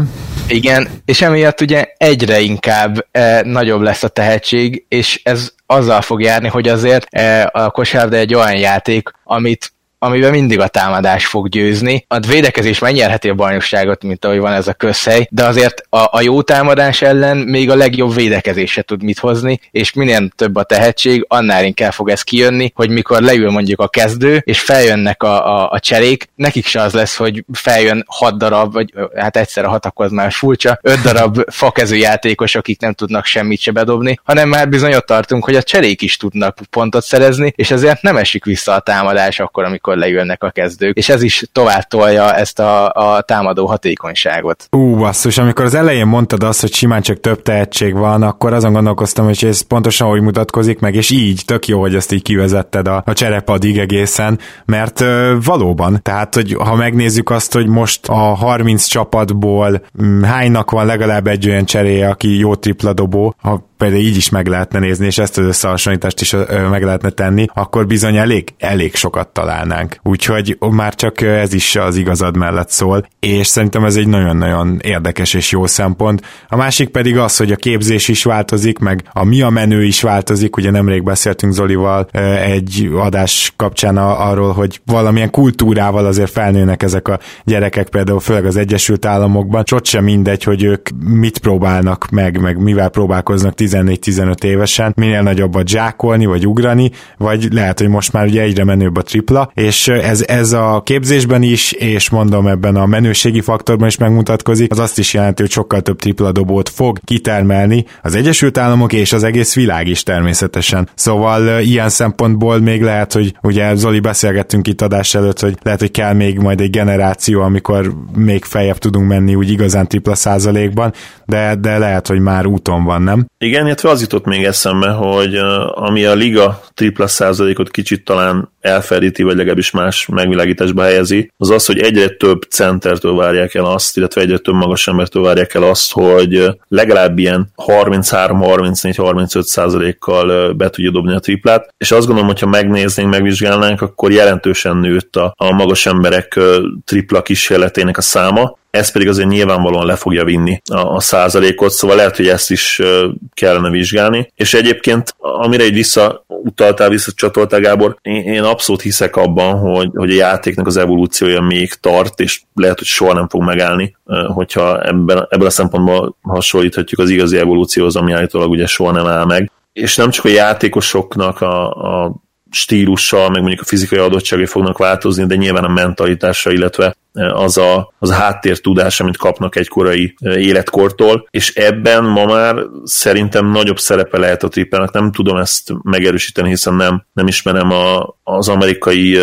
F: Igen, és emiatt ugye egyre inkább e, nagyobb lesz a tehetség, és ez azzal fog járni, hogy azért e, a kosárlabda egy olyan játék, amit amiben mindig a támadás fog győzni. A védekezés megnyerheti a bajnokságot, mint ahogy van ez a közhely, de azért a, a jó támadás ellen még a legjobb védekezés se tud mit hozni, és minél több a tehetség, annál inkább fog ez kijönni, hogy mikor leül mondjuk a kezdő, és feljönnek a, a, a cserék, nekik se az lesz, hogy feljön hat darab, vagy hát egyszerre hat, akkor az már furcsa, öt darab fakezű játékos, akik nem tudnak semmit se bedobni, hanem már bizony ott tartunk, hogy a cserék is tudnak pontot szerezni, és ezért nem esik vissza a támadás akkor, amikor leülnek a kezdők, és ez is tovább tolja ezt a, a támadó hatékonyságot.
D: Ú, basszus, amikor az elején mondtad azt, hogy simán csak több tehetség van, akkor azon gondolkoztam, hogy ez pontosan hogy mutatkozik meg, és így tök jó, hogy ezt így kivezetted a, a cserepadig egészen, mert ö, valóban, tehát, hogy ha megnézzük azt, hogy most a harminc csapatból m, hánynak van legalább egy olyan cseréje, aki jó tripladobó, ha például így is meg lehetne nézni, és ezt az összehasonlítást is ö, meg lehetne tenni, akkor bizony elég, elég sokat találnánk. Úgyhogy már csak ez is az igazad mellett szól, és szerintem ez egy nagyon-nagyon érdekes és jó szempont. A másik pedig az, hogy a képzés is változik, meg a mi a menő is változik, ugye nemrég beszéltünk Zolival ö, egy adás kapcsán a, arról, hogy valamilyen kultúrával azért felnőnek ezek a gyerekek, például főleg az Egyesült Államokban, és ott sem mindegy, hogy ők mit próbálnak meg, meg mivel próbálkoznak tizennégy-tizenöt évesen, minél nagyobbat zsákolni, vagy ugrani, vagy lehet, hogy most már ugye egyre menőbb a tripla, és ez, ez a képzésben is, és mondom ebben a menőségi faktorban is megmutatkozik, az azt is jelenti, hogy sokkal több tripla dobót fog kitermelni az Egyesült Államok és az egész világ is természetesen. Szóval ilyen szempontból még lehet, hogy ugye Zoli beszélgettünk itt adás előtt, hogy lehet, hogy kell még majd egy generáció, amikor még feljebb tudunk menni úgy igazán tripla százalékban, de, de lehet, hogy már úton van, nem?
E: Igen, illetve az jutott még eszembe, hogy uh, ami a liga tripla százalékot kicsit talán elferdíti, vagy legalábbis más megvilágításba helyezi, az az, hogy egyre több centertől várják el azt, illetve egyre több magas embertől várják el azt, hogy legalább ilyen harminchárom harmincnégy harmincöt százalékkal be tudja dobni a triplát, és azt gondolom, hogyha megnéznénk, megvizsgálnánk, akkor jelentősen nőtt a, a magas emberek tripla kísérletének a száma, ez pedig azért nyilvánvalóan le fogja vinni a, a százalékot, szóval lehet, hogy ezt is kellene vizsgálni. És egyébként, amire így visszautaltál, visszacsatoltál, Gábor, én, én abszolút hiszek abban, hogy, hogy a játéknak az evolúciója még tart, és lehet, hogy soha nem fog megállni, hogyha ebben, ebből a szempontból hasonlíthatjuk az igazi evolúcióhoz, ami állítólag ugye soha nem áll meg. És nem csak a játékosoknak a, a stílussal, meg mondjuk a fizikai adottságai fognak változni, de nyilván a mentalitásra, illetve az a, az a háttértudás, amit kapnak egy korai életkortól, és ebben ma már szerintem nagyobb szerepe lehet a triplának. Nem tudom ezt megerősíteni, hiszen nem, nem ismerem a, az amerikai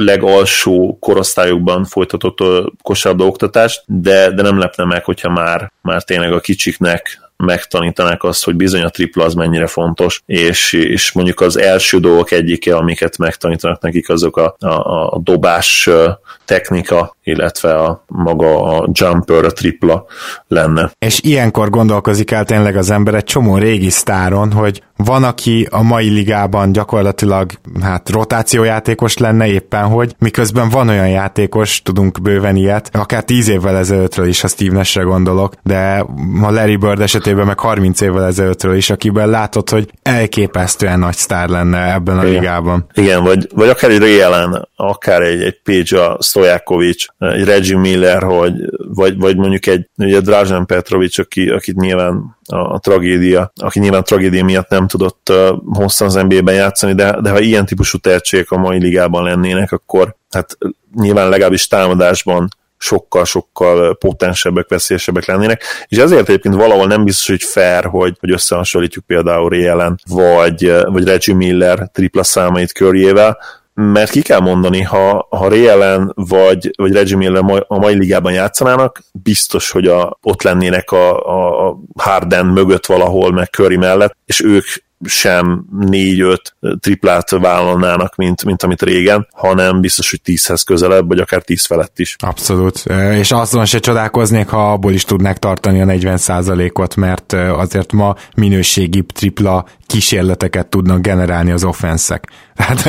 E: legalsó korosztályokban folytatott kosárlabda oktatást, de, de nem lepne meg, hogyha már, már tényleg a kicsiknek megtanítanák azt, hogy bizony a tripla az mennyire fontos, és, és mondjuk az első dolgok egyike, amiket megtanítanak nekik, azok a, a, a dobás technika, illetve a maga a jumper, a tripla lenne.
D: És ilyenkor gondolkozik el tényleg az ember egy csomó régi sztáron, hogy van, aki a mai ligában gyakorlatilag hát rotációjátékos lenne éppen, hogy miközben van olyan játékos, tudunk bőven ilyet, akár tíz évvel ezelőttről is, ha Steve Nashre gondolok, de a Larry Bird esetében meg harminc évvel ezelőttről is, akiben látod, hogy elképesztően nagy sztár lenne ebben a
E: Igen.
D: ligában.
E: Igen, vagy, vagy akár egy Ray Allen, akár egy, egy Peja Stojakovic, egy Reggie Miller, hogy, vagy, vagy mondjuk egy ugye Dražen Petrovic, aki, akit nyilván a, a tragédia, aki nyilván tragédia miatt nem tudott uh, hosszan az en bé á-ben játszani, de, de ha ilyen típusú tehetségek a mai ligában lennének, akkor hát nyilván legalábbis támadásban sokkal-sokkal potensebbek, veszélyesebbek lennének, és ezért egyébként valahol nem biztos, hogy fair, hogy, hogy összehasonlítjuk például Ray Allen, vagy, vagy Reggie Miller tripla számait Curryével, mert ki kell mondani, ha, ha Ray Allen vagy, vagy Reggie Miller a mai ligában játszanának, biztos, hogy a, ott lennének a, a Harden mögött valahol, meg Curry mellett, és ők sem négy-öt triplát vállalnának, mint, mint amit régen, hanem biztos, hogy tízhez közelebb, vagy akár tíz felett is.
D: Abszolút. És azon se csodálkoznék, ha abból is tudnák tartani a negyven százalékot, mert azért ma minőségi tripla kísérleteket tudnak generálni az offenszek. Tehát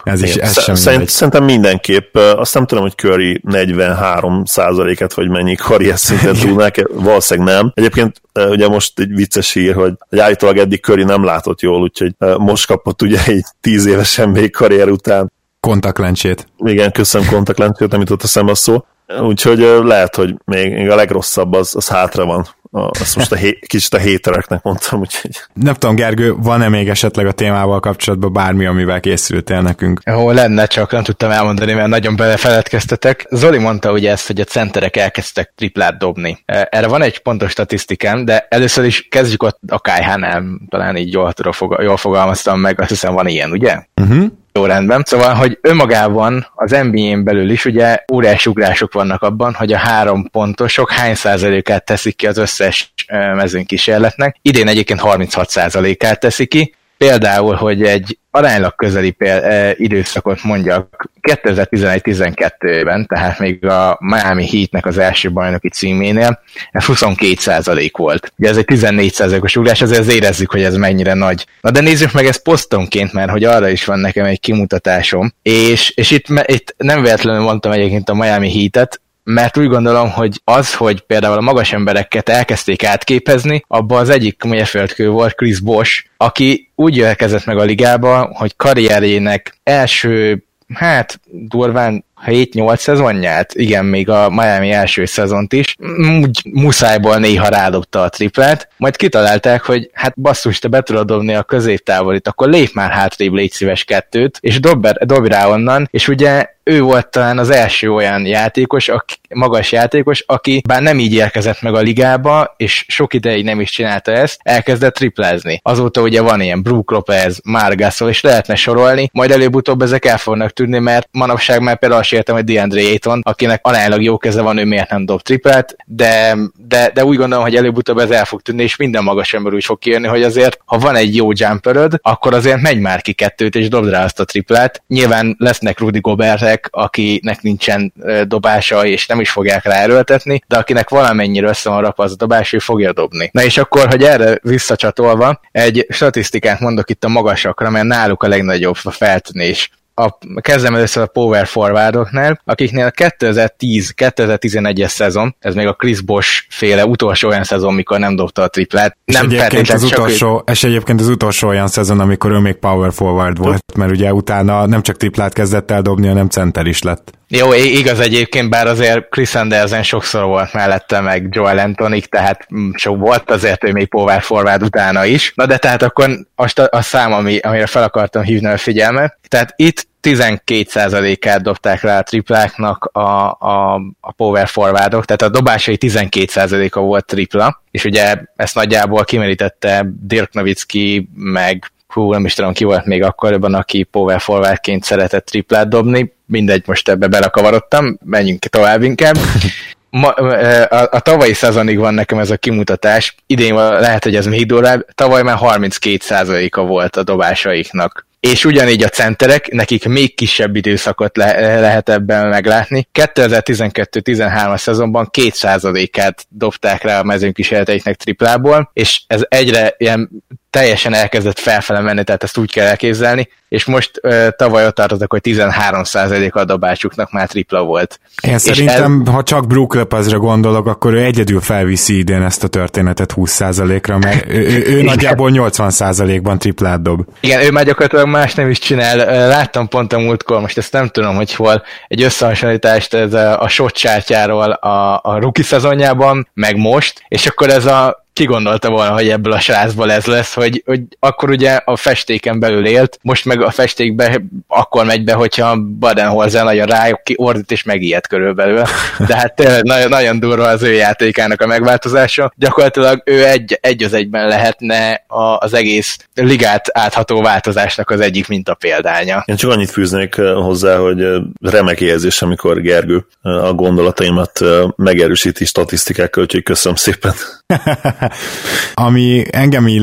D: Ez is, ez sem
E: Szerint, szerintem mindenképp, azt nem tudom, hogy Curry negyvenhárom százaléket vagy mennyi karrier szinten tudnák, valószínűleg nem. Egyébként ugye most egy vicces hír, hogy, hogy állítólag eddig Curry nem látott jól, úgyhogy most kapott ugye egy tíz évesen még karrier után
D: kontaktlencsét.
E: Igen, köszönöm kontaktlencsét, nem jutott eszembe a szó. Úgyhogy lehet, hogy még, még a legrosszabb az, az hátra van. Azt most a hé, kicsit a hétereknek mondtam, úgyhogy...
D: Nem tudom, Gergő, van-e még esetleg a témával kapcsolatban bármi, amivel készültél nekünk?
F: Jó, lenne, csak nem tudtam elmondani, mert nagyon belefeledkeztetek. Zoli mondta ugye ezt, hogy a centerek elkezdtek triplát dobni. Erre van egy pontos statisztikám, de először is kezdjük ott a ká há-nál, talán így jól, jól fogalmaztam meg, azt hiszem van ilyen, ugye? Uh-huh. Jó, rendben. Szóval, hogy önmagában az en bé á-n belül is ugye óriási ugrások vannak abban, hogy a három pontosok hány százalékát teszik ki az összes mezőnykísérletnek. Idén egyébként harminchat százalékát teszik ki. Például, hogy egy aránylag közeli péld, e, időszakot mondjak, kétezer-tizenegy-tizenkettőben, tehát még a Miami Heatnek az első bajnoki címénél, ez huszonkét százalék volt. Ugye ez egy tizennégy százalékos ugrás, azért érezzük, hogy ez mennyire nagy. Na de nézzük meg ezt posztonként, mert hogy arra is van nekem egy kimutatásom, és, és itt, itt nem véletlenül mondtam egyébként a Miami Heatet, mert úgy gondolom, hogy az, hogy például a magas embereket elkezdték átképezni, abban az egyik mérföldkő volt Chris Bosh, aki úgy jövekezett meg a ligába, hogy karrierjének első, hát durván hét-nyolc szezonját, igen, még a Miami első szezont is, úgy muszájból néha rádobta a triplát, majd kitalálták, hogy hát basszus, te be tudod dobni a középtávolit, akkor lép már hátrébb, légy szíves kettőt, és dob, dob rá onnan, és ugye ő volt talán az első olyan játékos, aki, magas játékos, aki bár nem így érkezett meg a ligába, és sok ideig nem is csinálta ezt, elkezdett triplázni. Azóta ugye van ilyen Brook Lopez, Marc Gasol, és lehetne sorolni, majd előbb-utóbb ezek el fognak tűnni, mert manapság már például azt értem, hogy DeAndre Ayton, akinek aránylag jó keze van, ő miért nem dob triplát, de, de, de úgy gondolom, hogy előbb-utóbb ez el fog tűnni, és minden magas ember úgy fog kijönni, hogy azért, ha van egy jó jumperöd, akkor azért megy már ki kettőt, és dobd rá azt a triplát. Nyilván lesznek Rudy Gobertek, akinek nincsen dobása, és nem is fogják ráerőltetni, de akinek valamennyire össze van rakva az a dobás, ő fogja dobni. Na és akkor, hogy erre visszacsatolva, egy statisztikát mondok itt a magasakra, mert náluk a legnagyobb a feltűnés. A, kezdem először a power forwardoknál, akiknél a kétezer-tíz-kétezer-tizenegyes szezon, ez még a Chris Bosh féle utolsó olyan szezon, mikor nem dobta a triplát.
D: És,
F: nem
D: egyébként az utolsó, ő... és egyébként az utolsó olyan szezon, amikor ő még power forward volt, mert ugye utána nem csak triplát kezdett el dobni, hanem center is lett.
F: Jó, igaz egyébként, bár azért Chris Andersen sokszor volt mellette, meg Joel Embiid, tehát sok volt azért, ő még power forward utána is. Na de tehát akkor a, a szám, ami, amire fel akartam hívni a figyelmet, tehát itt tizenkét százalékát dobták rá a tripláknak a, a, a power forwardok, tehát a dobásai tizenkét százaléka volt tripla, és ugye ezt nagyjából kimerítette Dirk Nowitzki, meg hú, nem is tudom, ki volt még akkoriban, aki power forwardként szeretett triplát dobni, mindegy, most ebbe belekavarodtam, menjünk tovább inkább. Ma, a, a tavalyi szezonig van nekem ez a kimutatás, idén lehet, hogy ez még durvább, tavaly már harminckét százaléka volt a dobásaiknak. És ugyanígy a centerek, nekik még kisebb időszakot le- lehet ebben meglátni. kétezer-tizenkettő-tizenhárom szezonban két százalékát dobták rá a mezőnkísérleteiknek triplából, és ez egyre ilyen teljesen elkezdett felfele menni, tehát ezt úgy kell elképzelni, és most uh, tavaly ott tartottak, hogy tizenhárom százalék a dobásuknak már tripla volt.
D: Én és szerintem, el... ha csak Brook Lopezre gondolok, akkor ő egyedül felviszi idén ezt a történetet húsz százalékra, mert ő, ő, ő nagyjából nyolcvan százalékban triplát dob. Igen,
F: ő már gyakorlatilag más nem is csinál. Láttam pont a múltkor, most ezt nem tudom, hogy hol, egy összehasonlítást ez a, a shot chartjáról a, a rookie szezonjában, meg most, és akkor ez a ki gondolta volna, hogy ebből a srácból ez lesz, hogy, hogy akkor ugye a festéken belül élt, most meg a festékbe akkor megy be, hogyha Baden-Holzer nagyon rájuk ki ordít és megijed körülbelül. De hát tényleg nagyon, nagyon durva az ő játékának a megváltozása. Gyakorlatilag ő egy, egy az egyben lehetne az egész ligát átható változásnak az egyik mintapéldánya.
E: Én csak annyit fűznék hozzá, hogy remek érzés, amikor Gergő a gondolataimat megerősíti statisztikákkal, úgyhogy köszönöm szépen.
D: Ami engem illet,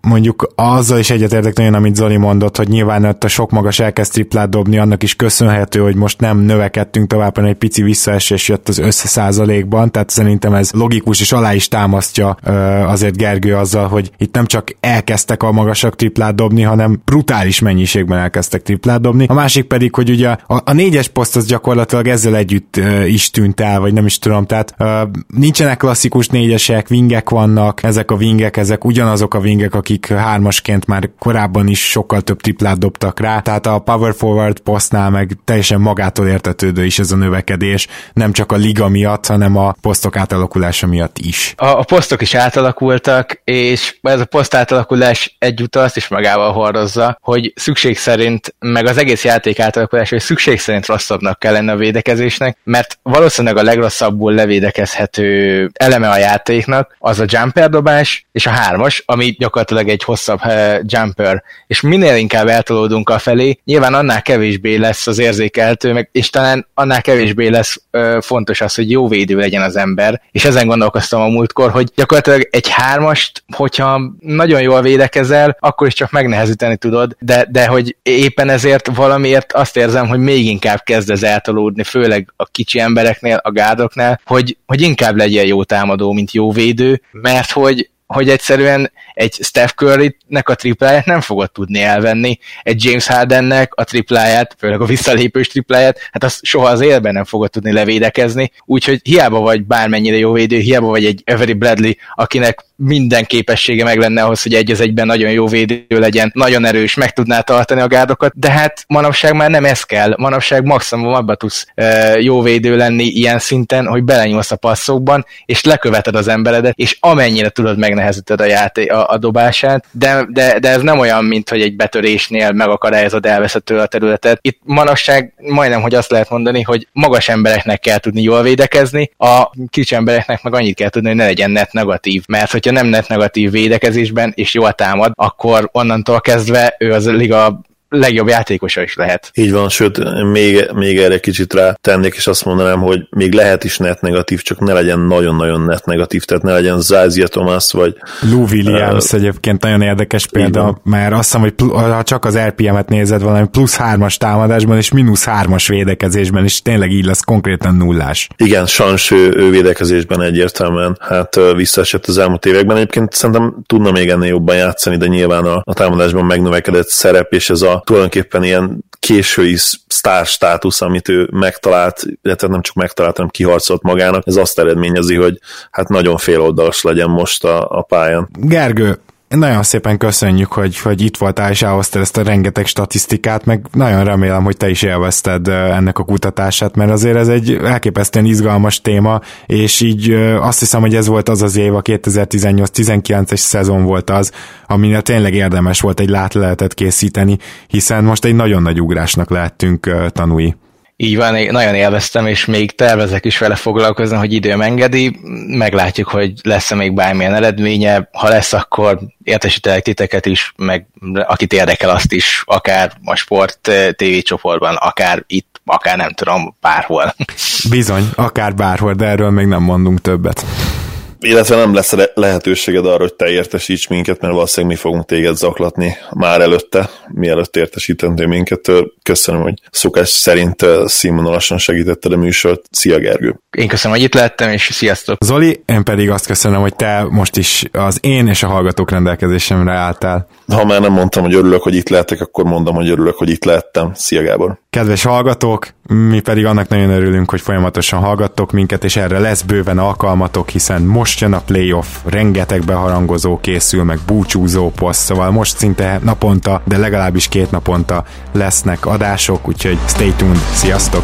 D: mondjuk azzal is egyetértek nagyon, amit Zoli mondott, hogy nyilván ott a sok magas elkezd triplát dobni, annak is köszönhető, hogy most nem növekedtünk tovább, hanem egy pici visszaesés jött az összeszázalékban, tehát szerintem ez logikus, és alá is támasztja azért Gergő azzal, hogy itt nem csak elkezdtek a magasak triplát dobni, hanem brutális mennyiségben elkezdtek triplát dobni. A másik pedig, hogy ugye a, a négyes poszt az gyakorlatilag ezzel együtt is tűnt el, vagy nem is tudom, tehát nincsenek klasszikus négyesek, wingek vannak, ezek a wingek, ezek ugyanazok a wingek, akik hármasként már korábban is sokkal több triplát dobtak rá, tehát a power forward posztnál meg teljesen magától értetődő is ez a növekedés, nem csak a liga miatt, hanem a posztok átalakulása miatt is.
F: A, a posztok is átalakultak, és ez a poszt átalakulás egyúttal azt is magával hordozza, hogy szükség szerint, meg az egész játék átalakulás, hogy szükség szerint rosszabbnak kell lenni a védekezésnek, mert valószínűleg a legrosszabbul levédekezhető eleme a játéknak az a jumper dobás és a hármas, ami gyakorlatilag egy hosszabb uh, jumper, és minél inkább eltolódunk afelé, nyilván annál kevésbé lesz az érzékeltő, meg, és talán annál kevésbé lesz uh, fontos az, hogy jó védő legyen az ember, és ezen gondolkoztam a múltkor, hogy gyakorlatilag egy hármast, hogyha nagyon jól védekezel, akkor is csak megnehezíteni tudod, de, de hogy éppen ezért valamiért azt érzem, hogy még inkább kezd ez eltolódni, főleg a kicsi embereknél, a gárdoknál, hogy, hogy inkább legyen jó támadó, mint jó védő, mert hogy hogy egyszerűen egy Steph Curry-nek a tripláját nem fogod tudni elvenni, egy James Hardennek a tripláját, főleg a visszalépős tripláját, hát azt soha az élben nem fogod tudni levédekezni, úgyhogy hiába vagy bármennyire jó védő, hiába vagy egy Avery Bradley, akinek minden képessége meg lenne ahhoz, hogy egy az egyben nagyon jó védő legyen, nagyon erős, meg tudná tartani a gárdokat, de hát manapság már nem ez kell, manapság maximum abba tudsz e, jó védő lenni ilyen szinten, hogy belenyúlsz a passzokban, és leköveted az emberedet, és amennyire tudod megnehezíted a játék, a, a dobását, de, de, de ez nem olyan, mint hogy egy betörésnél megakadályozod, elveszed tőle a területet. Itt manapság majdnem, hogy azt lehet mondani, hogy magas embereknek kell tudni jól védekezni, a kicsi embereknek meg annyit kell tudni, hogy ne legyen net negatív, mert hogyha nem net negatív védekezésben, és jól támad, akkor onnantól kezdve ő az a liga legjobb játékosa is lehet.
E: Így van, sőt, még, még erre kicsit rá tennék, és azt mondanám, hogy még lehet is net negatív, csak ne legyen nagyon-nagyon net negatív, tehát ne legyen Zázia Thomas, vagy...
D: Lou Williams uh, egyébként nagyon érdekes példa, mert azt hiszem, hogy pl- ha csak az er pé em-et nézed, valami plusz hármas támadásban, és mínusz hármas védekezésben, és tényleg így lesz konkrétan nullás.
E: Igen, Sans ő, ő védekezésben egyértelműen hát visszaesett az elmúlt években. Egyébként szerintem tudna még ennél jobban játszani, de nyilván a, a támadásban megnövekedett szerep, és ez a tulajdonképpen ilyen késői sztár státusz, amit ő megtalált, illetve nem csak megtalált, hanem kiharcolt magának, ez azt eredményezi, hogy hát nagyon féloldalas legyen most a, a pályán.
D: Gergő, nagyon szépen köszönjük, hogy, hogy itt voltál és elhoztad ezt a rengeteg statisztikát, meg nagyon remélem, hogy te is élvezted ennek a kutatását, mert azért ez egy elképesztően izgalmas téma, és így azt hiszem, hogy ez volt az az év, a kétezer-tizennyolc-tizenkilences szezon volt az, aminél tényleg érdemes volt egy látleletet készíteni, hiszen most egy nagyon nagy ugrásnak lehettünk tanúi.
F: Így van, nagyon élveztem, és még tervezek is vele foglalkozni, hogy időm engedi, meglátjuk, hogy lesz-e még bármilyen eredménye, ha lesz, akkor értesítelek titeket is, meg akit érdekel azt is, akár a Sport té vé csoportban, akár itt, akár nem tudom, bárhol.
D: Bizony, akár bárhol, de erről még nem mondunk többet.
E: Illetve nem lesz lehetőséged arra, hogy te értesíts minket, mert valószínűleg mi fogunk téged zaklatni már előtte, mielőtt értesítendő minket. Köszönöm, hogy szokás szerint színvonalasan segítetted a műsort. Szia, Gergő!
F: Én köszönöm, hogy itt lettem, és sziasztok!
D: Zoli, én pedig azt köszönöm, hogy te most is az én és a hallgatók rendelkezésemre álltál.
E: Ha már nem mondtam, hogy örülök, hogy itt lehetek, akkor mondom, hogy örülök, hogy itt lehettem. Szia, Gábor!
D: Kedves hallgatók, mi pedig annak nagyon örülünk, hogy folyamatosan hallgattok minket, és erre lesz bőven alkalmatok, hiszen most jön a playoff, rengeteg beharangozó készül, meg búcsúzó poszt, szóval most szinte naponta, de legalábbis két naponta lesznek adások, úgyhogy stay tuned, sziasztok!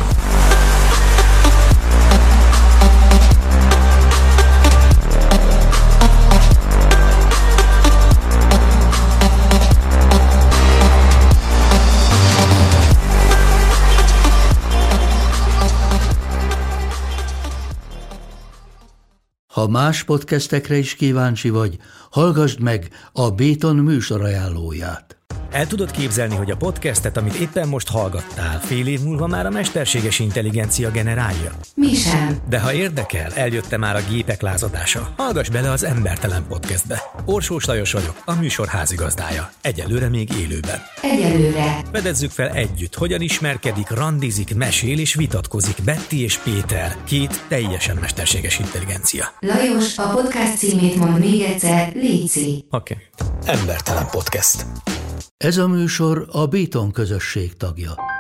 G: Ha más podcastekre is kíváncsi vagy, hallgassd meg a Béton műsor ajánlóját.
H: El tudod képzelni, hogy a podcastet, amit éppen most hallgattál, fél év múlva már a mesterséges intelligencia generálja?
I: Mi sem.
H: De ha érdekel, eljött már a gépek lázadása. Hallgass bele az Embertelen Podcastbe. Orsós Lajos vagyok, a műsor házigazdája. Egyelőre még élőben.
I: Egyelőre.
H: Fedezzük fel együtt, hogyan ismerkedik, randizik, mesél és vitatkozik Betty és Péter, két teljesen mesterséges intelligencia.
I: Lajos, a podcast címét mond még egyszer, léci.
H: Oké. Okay. Embertelen Podcast.
G: Ez a műsor a Béton közösség tagja.